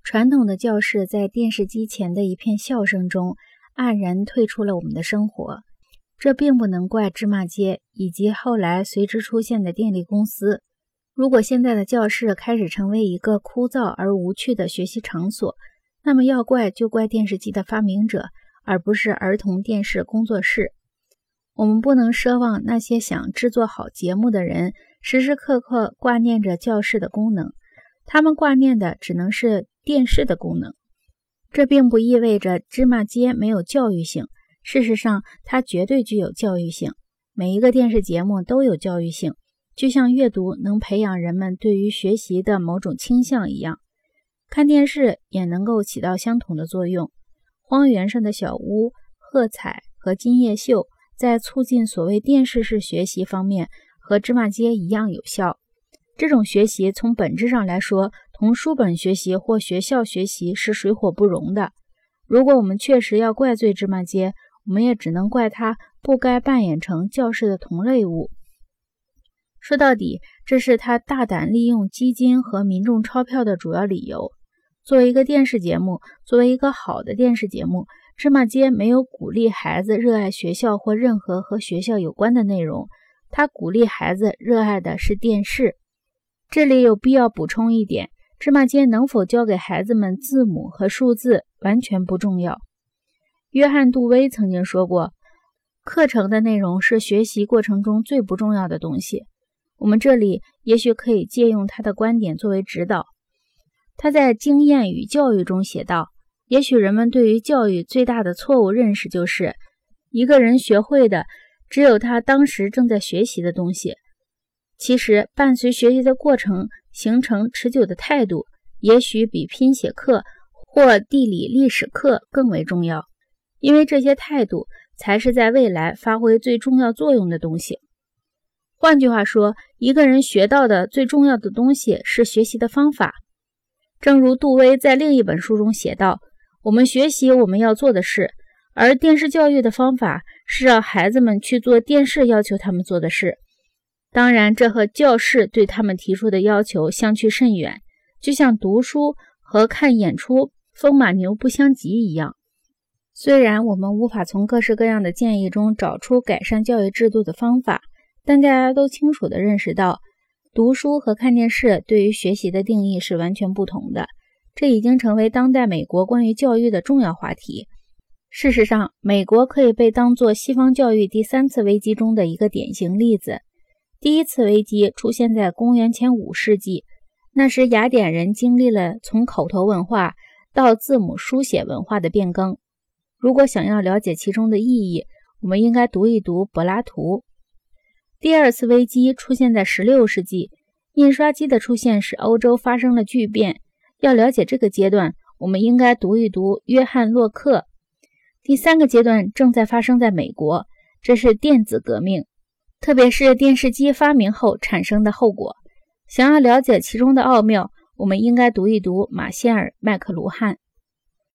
传统的教室在电视机前的一片笑声中黯然退出了我们的生活。这并不能怪芝麻街以及后来随之出现的电力公司。如果现在的教室开始成为一个枯燥而无趣的学习场所，那么要怪就怪电视机的发明者，而不是儿童电视工作室。我们不能奢望那些想制作好节目的人时时刻刻挂念着教室的功能，他们挂念的只能是电视的功能。这并不意味着芝麻街没有教育性，事实上它绝对具有教育性。每一个电视节目都有教育性，就像阅读能培养人们对于学习的某种倾向一样，看电视也能够起到相同的作用。荒原上的小屋、喝彩和金叶秀在促进所谓电视式学习方面和芝麻街一样有效。这种学习从本质上来说，同书本学习或学校学习是水火不容的。如果我们确实要怪罪芝麻街，我们也只能怪它不该扮演成教室的同类物。说到底，这是他大胆利用基金和民众钞票的主要理由。作为一个电视节目，作为一个好的电视节目，芝麻街没有鼓励孩子热爱学校或任何和学校有关的内容，他鼓励孩子热爱的是电视。这里有必要补充一点，芝麻街能否教给孩子们字母和数字完全不重要。约翰·杜威曾经说过，课程的内容是学习过程中最不重要的东西。我们这里也许可以借用他的观点作为指导。他在《经验与教育》中写道，也许人们对于教育最大的错误认识就是一个人学会的只有他当时正在学习的东西。其实伴随学习的过程形成持久的态度，也许比拼写课或地理历史课更为重要，因为这些态度才是在未来发挥最重要作用的东西。换句话说，一个人学到的最重要的东西是学习的方法。正如杜威在另一本书中写道，我们学习我们要做的事，而电视教育的方法是让孩子们去做电视要求他们做的事。当然，这和教室对他们提出的要求相去甚远，就像读书和看演出风马牛不相及一样。虽然我们无法从各式各样的建议中找出改善教育制度的方法，但大家都清楚地认识到，读书和看电视对于学习的定义是完全不同的。这已经成为当代美国关于教育的重要话题。事实上，美国可以被当作西方教育第三次危机中的一个典型例子。第一次危机出现在公元前5世纪，那时雅典人经历了从口头文化到字母书写文化的变更。如果想要了解其中的意义，我们应该读一读柏拉图。第二次危机出现在16世纪，印刷机的出现使欧洲发生了巨变。要了解这个阶段，我们应该读一读约翰·洛克。第三个阶段正在发生在美国，这是电子革命，特别是电视机发明后产生的后果。想要了解其中的奥妙，我们应该读一读马歇尔·麦克卢汉。